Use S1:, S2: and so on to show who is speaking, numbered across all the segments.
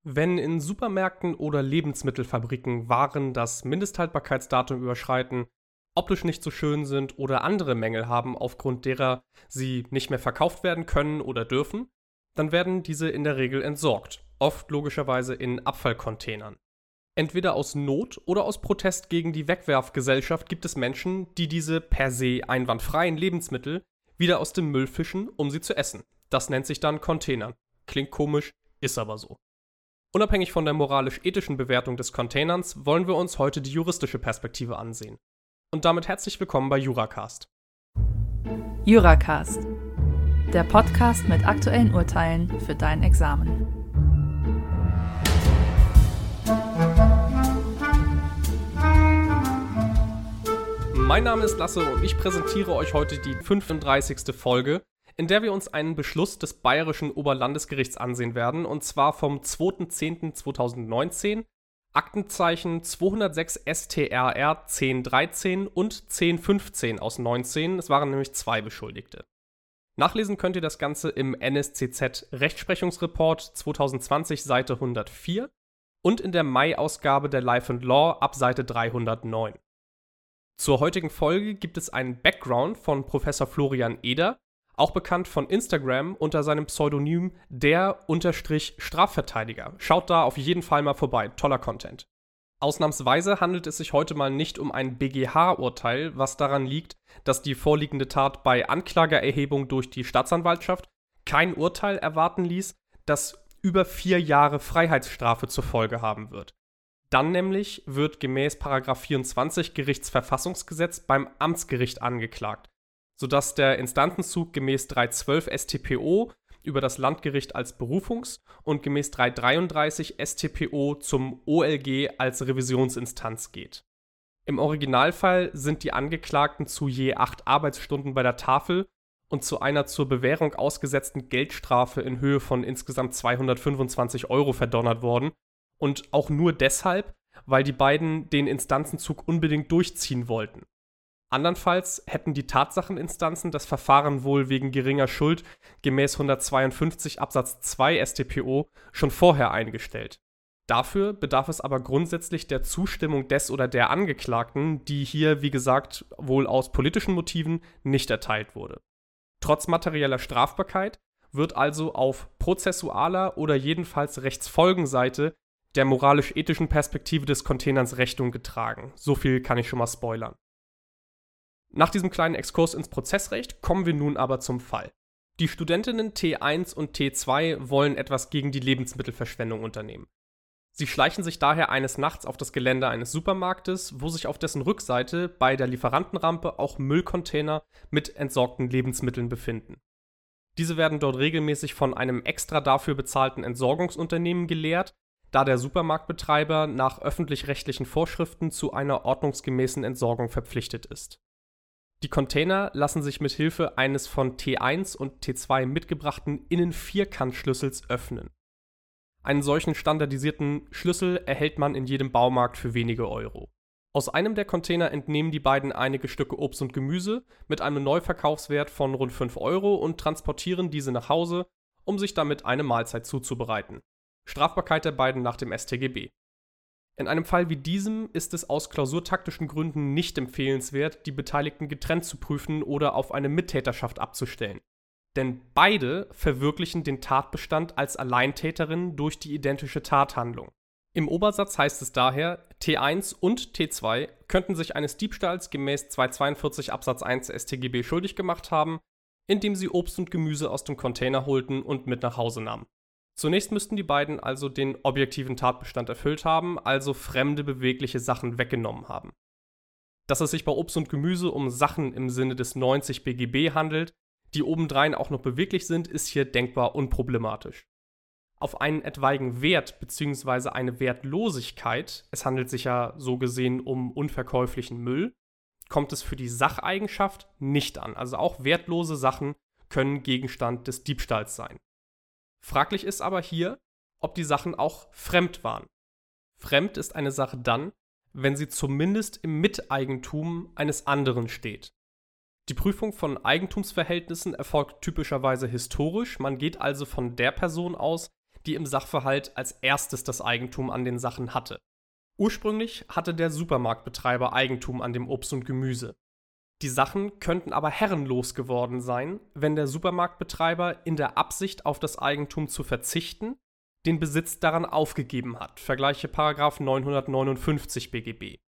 S1: Wenn in Supermärkten oder Lebensmittelfabriken Waren das Mindesthaltbarkeitsdatum überschreiten, optisch nicht so schön sind oder andere Mängel haben, aufgrund derer sie nicht mehr verkauft werden können oder dürfen, dann werden diese in der Regel entsorgt, oft logischerweise in Abfallcontainern. Entweder aus Not oder aus Protest gegen die Wegwerfgesellschaft gibt es Menschen, die diese per se einwandfreien Lebensmittel wieder aus dem Müll fischen, um sie zu essen. Das nennt sich dann Containern. Klingt komisch, ist aber so. Unabhängig von der moralisch-ethischen Bewertung des Containerns wollen wir uns heute die juristische Perspektive ansehen. Und damit herzlich willkommen bei Juracast.
S2: Juracast, der Podcast mit aktuellen Urteilen für dein Examen.
S1: Mein Name ist Lasse und ich präsentiere euch heute die 35. Folge, in der wir uns einen Beschluss des Bayerischen Oberlandesgerichts ansehen werden, und zwar vom 2.10.2019, Aktenzeichen 206 STRR 1013 und 1015 aus 19. Es waren nämlich 2 Beschuldigte. Nachlesen könnt ihr das Ganze im NSCZ Rechtsprechungsreport 2020 Seite 104 und in der Mai-Ausgabe der Life and Law ab Seite 309. Zur heutigen Folge gibt es einen Background von Professor Florian Eder, auch bekannt von Instagram unter seinem Pseudonym der_Strafverteidiger. Schaut da auf jeden Fall mal vorbei, toller Content. Ausnahmsweise handelt es sich heute mal nicht um ein BGH-Urteil, was daran liegt, dass die vorliegende Tat bei Anklageerhebung durch die Staatsanwaltschaft kein Urteil erwarten ließ, das über 4 Jahre Freiheitsstrafe zur Folge haben wird. Dann nämlich wird gemäß § 24 Gerichtsverfassungsgesetz beim Amtsgericht angeklagt, sodass der Instanzenzug gemäß 312 StPO über das Landgericht als Berufungs- und gemäß 333 StPO zum OLG als Revisionsinstanz geht. Im Originalfall sind die Angeklagten zu je 8 Arbeitsstunden bei der Tafel und zu einer zur Bewährung ausgesetzten Geldstrafe in Höhe von insgesamt 225 € verdonnert worden, und auch nur deshalb, weil die beiden den Instanzenzug unbedingt durchziehen wollten. Andernfalls hätten die Tatsacheninstanzen das Verfahren wohl wegen geringer Schuld gemäß 152 Absatz 2 StPO schon vorher eingestellt. Dafür bedarf es aber grundsätzlich der Zustimmung des oder der Angeklagten, die hier, wie gesagt, wohl aus politischen Motiven nicht erteilt wurde. Trotz materieller Strafbarkeit wird also auf prozessualer oder jedenfalls Rechtsfolgenseite der moralisch-ethischen Perspektive des Containers Rechnung getragen. So viel kann ich schon mal spoilern. Nach diesem kleinen Exkurs ins Prozessrecht kommen wir nun aber zum Fall. Die Studentinnen T1 und T2 wollen etwas gegen die Lebensmittelverschwendung unternehmen. Sie schleichen sich daher eines Nachts auf das Gelände eines Supermarktes, wo sich auf dessen Rückseite bei der Lieferantenrampe auch Müllcontainer mit entsorgten Lebensmitteln befinden. Diese werden dort regelmäßig von einem extra dafür bezahlten Entsorgungsunternehmen geleert, da der Supermarktbetreiber nach öffentlich-rechtlichen Vorschriften zu einer ordnungsgemäßen Entsorgung verpflichtet ist. Die Container lassen sich mit Hilfe eines von T1 und T2 mitgebrachten Innen-Vierkantschlüssels öffnen. Einen solchen standardisierten Schlüssel erhält man in jedem Baumarkt für wenige Euro. Aus einem der Container entnehmen die beiden einige Stücke Obst und Gemüse mit einem Neuverkaufswert von rund 5 € und transportieren diese nach Hause, um sich damit eine Mahlzeit zuzubereiten. Strafbarkeit der beiden nach dem StGB. In einem Fall wie diesem ist es aus klausurtaktischen Gründen nicht empfehlenswert, die Beteiligten getrennt zu prüfen oder auf eine Mittäterschaft abzustellen. Denn beide verwirklichen den Tatbestand als Alleintäterin durch die identische Tathandlung. Im Obersatz heißt es daher, T1 und T2 könnten sich eines Diebstahls gemäß 242 Absatz 1 StGB schuldig gemacht haben, indem sie Obst und Gemüse aus dem Container holten und mit nach Hause nahmen. Zunächst müssten die beiden also den objektiven Tatbestand erfüllt haben, also fremde bewegliche Sachen weggenommen haben. Dass es sich bei Obst und Gemüse um Sachen im Sinne des 90 BGB handelt, die obendrein auch noch beweglich sind, ist hier denkbar unproblematisch. Auf einen etwaigen Wert bzw. eine Wertlosigkeit, es handelt sich ja so gesehen um unverkäuflichen Müll, kommt es für die Sacheigenschaft nicht an. Also auch wertlose Sachen können Gegenstand des Diebstahls sein. Fraglich ist aber hier, ob die Sachen auch fremd waren. Fremd ist eine Sache dann, wenn sie zumindest im Miteigentum eines anderen steht. Die Prüfung von Eigentumsverhältnissen erfolgt typischerweise historisch, man geht also von der Person aus, die im Sachverhalt als erstes das Eigentum an den Sachen hatte. Ursprünglich hatte der Supermarktbetreiber Eigentum an dem Obst und Gemüse. Die Sachen könnten aber herrenlos geworden sein, wenn der Supermarktbetreiber in der Absicht auf das Eigentum zu verzichten, den Besitz daran aufgegeben hat. Vergleiche § 959 BGB.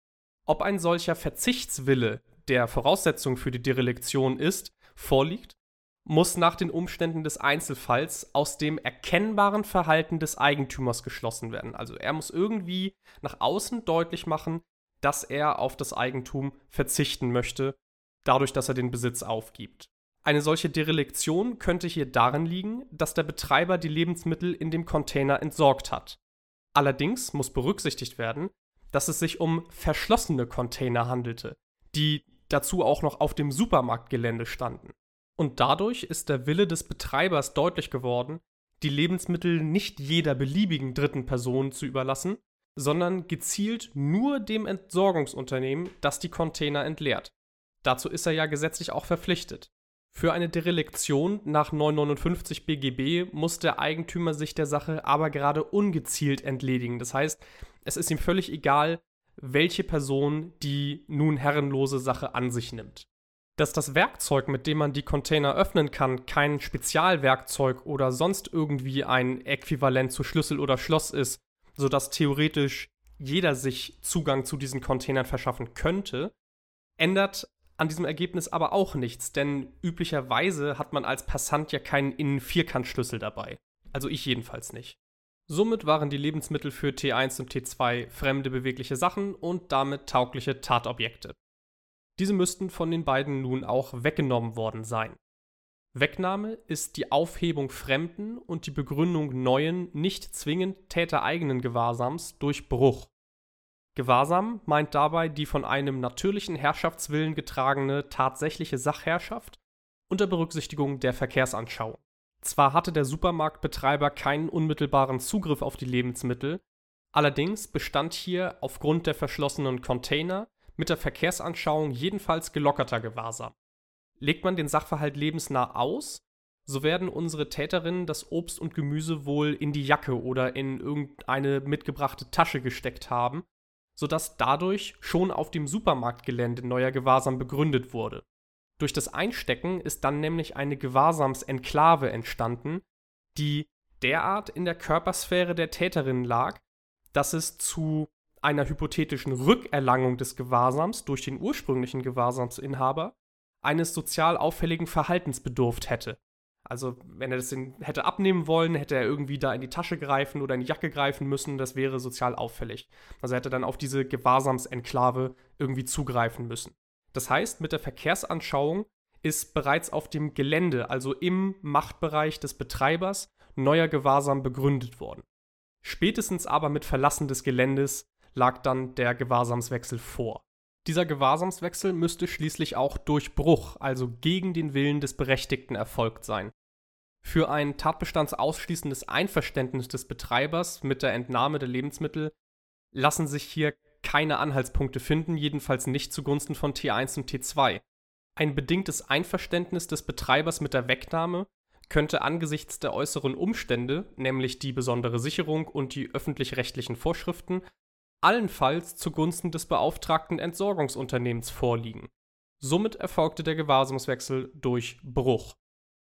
S1: Ob ein solcher Verzichtswille der Voraussetzung für die Derelektion vorliegt, muss nach den Umständen des Einzelfalls aus dem erkennbaren Verhalten des Eigentümers geschlossen werden. Also er muss irgendwie nach außen deutlich machen, dass er auf das Eigentum verzichten möchte, dadurch, dass er den Besitz aufgibt. Eine solche Derelektion könnte hier darin liegen, dass der Betreiber die Lebensmittel in dem Container entsorgt hat. Allerdings muss berücksichtigt werden, dass es sich um verschlossene Container handelte, die dazu auch noch auf dem Supermarktgelände standen. Und dadurch ist der Wille des Betreibers deutlich geworden, die Lebensmittel nicht jeder beliebigen dritten Person zu überlassen, sondern gezielt nur dem Entsorgungsunternehmen, das die Container entleert. Dazu ist er ja gesetzlich auch verpflichtet. Für eine Derelektion nach 959 BGB muss der Eigentümer sich der Sache aber gerade ungezielt entledigen. Das heißt, es ist ihm völlig egal, welche Person die nun herrenlose Sache an sich nimmt. Dass das Werkzeug, mit dem man die Container öffnen kann, kein Spezialwerkzeug oder sonst irgendwie ein Äquivalent zu Schlüssel oder Schloss ist, sodass theoretisch jeder sich Zugang zu diesen Containern verschaffen könnte, ändert an diesem Ergebnis aber auch nichts, denn üblicherweise hat man als Passant ja keinen Innen-Vierkantschlüssel dabei. Also ich jedenfalls nicht. Somit waren die Lebensmittel für T1 und T2 fremde bewegliche Sachen und damit taugliche Tatobjekte. Diese müssten von den beiden nun auch weggenommen worden sein. Wegnahme ist die Aufhebung fremden und die Begründung neuen, nicht zwingend tätereigenen Gewahrsams durch Bruch. Gewahrsam meint dabei die von einem natürlichen Herrschaftswillen getragene tatsächliche Sachherrschaft unter Berücksichtigung der Verkehrsanschauung. Zwar hatte der Supermarktbetreiber keinen unmittelbaren Zugriff auf die Lebensmittel, allerdings bestand hier aufgrund der verschlossenen Container mit der Verkehrsanschauung jedenfalls gelockerter Gewahrsam. Legt man den Sachverhalt lebensnah aus, so werden unsere Täterinnen das Obst und Gemüse wohl in die Jacke oder in irgendeine mitgebrachte Tasche gesteckt haben, sodass dadurch schon auf dem Supermarktgelände neuer Gewahrsam begründet wurde. Durch das Einstecken ist dann nämlich eine Gewahrsamsenklave entstanden, die derart in der Körpersphäre der Täterinnen lag, dass es zu einer hypothetischen Rückerlangung des Gewahrsams durch den ursprünglichen Gewahrsamsinhaber eines sozial auffälligen Verhaltens bedurft hätte. Also wenn er das hätte abnehmen wollen, hätte er irgendwie da in die Tasche greifen oder in die Jacke greifen müssen, das wäre sozial auffällig. Also er hätte dann auf diese Gewahrsamsenklave irgendwie zugreifen müssen. Das heißt, mit der Verkehrsanschauung ist bereits auf dem Gelände, also im Machtbereich des Betreibers, neuer Gewahrsam begründet worden. Spätestens aber mit Verlassen des Geländes lag dann der Gewahrsamswechsel vor. Dieser Gewahrsamswechsel müsste schließlich auch durch Bruch, also gegen den Willen des Berechtigten, erfolgt sein. Für ein tatbestandsausschließendes Einverständnis des Betreibers mit der Entnahme der Lebensmittel lassen sich hier keine Anhaltspunkte finden, jedenfalls nicht zugunsten von T1 und T2. Ein bedingtes Einverständnis des Betreibers mit der Wegnahme könnte angesichts der äußeren Umstände, nämlich die besondere Sicherung und die öffentlich-rechtlichen Vorschriften, allenfalls zugunsten des beauftragten Entsorgungsunternehmens vorliegen. Somit erfolgte der Gewahrsamswechsel durch Bruch.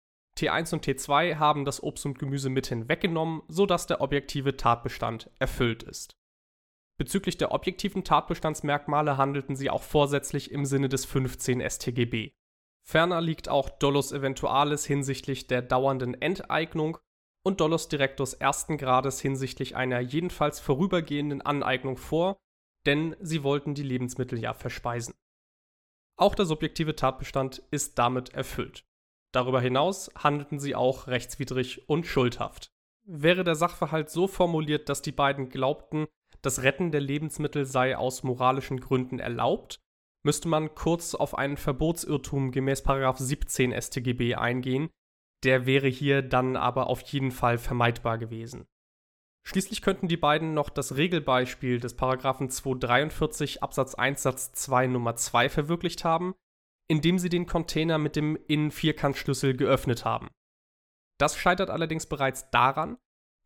S1: T1 und T2 haben das Obst und Gemüse mit hinweggenommen, sodass der objektive Tatbestand erfüllt ist. Bezüglich der objektiven Tatbestandsmerkmale handelten sie auch vorsätzlich im Sinne des 15 StGB. Ferner liegt auch Dolus Eventualis hinsichtlich der dauernden Enteignung und Dolus Directus ersten Grades hinsichtlich einer jedenfalls vorübergehenden Aneignung vor, denn sie wollten die Lebensmittel ja verspeisen. Auch der subjektive Tatbestand ist damit erfüllt. Darüber hinaus handelten sie auch rechtswidrig und schuldhaft. Wäre der Sachverhalt so formuliert, dass die beiden glaubten, das Retten der Lebensmittel sei aus moralischen Gründen erlaubt, müsste man kurz auf einen Verbotsirrtum gemäß § 17 StGB eingehen, der wäre hier dann aber auf jeden Fall vermeidbar gewesen. Schließlich könnten die beiden noch das Regelbeispiel des § 243 Absatz 1 Satz 2 Nummer 2 verwirklicht haben, indem sie den Container mit dem Innenvierkantschlüssel geöffnet haben. Das scheitert allerdings bereits daran,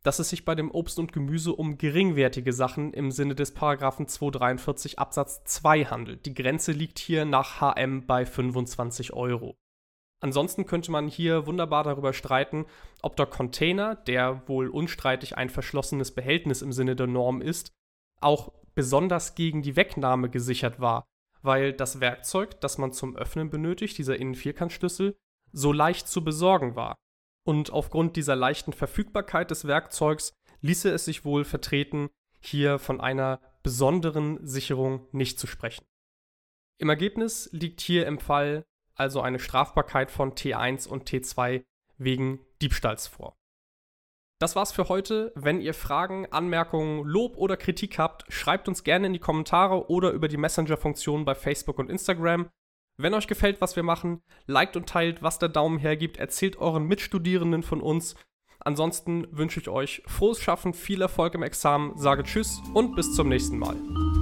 S1: dass es sich bei dem Obst und Gemüse um geringwertige Sachen im Sinne des Paragraphen 243 Absatz 2 handelt. Die Grenze liegt hier nach HM bei 25 €. Ansonsten könnte man hier wunderbar darüber streiten, ob der Container, der wohl unstreitig ein verschlossenes Behältnis im Sinne der Norm ist, auch besonders gegen die Wegnahme gesichert war, weil das Werkzeug, das man zum Öffnen benötigt, dieser Innenvierkantschlüssel, so leicht zu besorgen war. Und aufgrund dieser leichten Verfügbarkeit des Werkzeugs ließe es sich wohl vertreten, hier von einer besonderen Sicherung nicht zu sprechen. Im Ergebnis liegt hier im Fall also eine Strafbarkeit von T1 und T2 wegen Diebstahls vor. Das war's für heute. Wenn ihr Fragen, Anmerkungen, Lob oder Kritik habt, schreibt uns gerne in die Kommentare oder über die Messenger-Funktion bei Facebook und Instagram. Wenn euch gefällt, was wir machen, liked und teilt, was der Daumen hergibt, erzählt euren Mitstudierenden von uns. Ansonsten wünsche ich euch frohes Schaffen, viel Erfolg im Examen, sage Tschüss und bis zum nächsten Mal.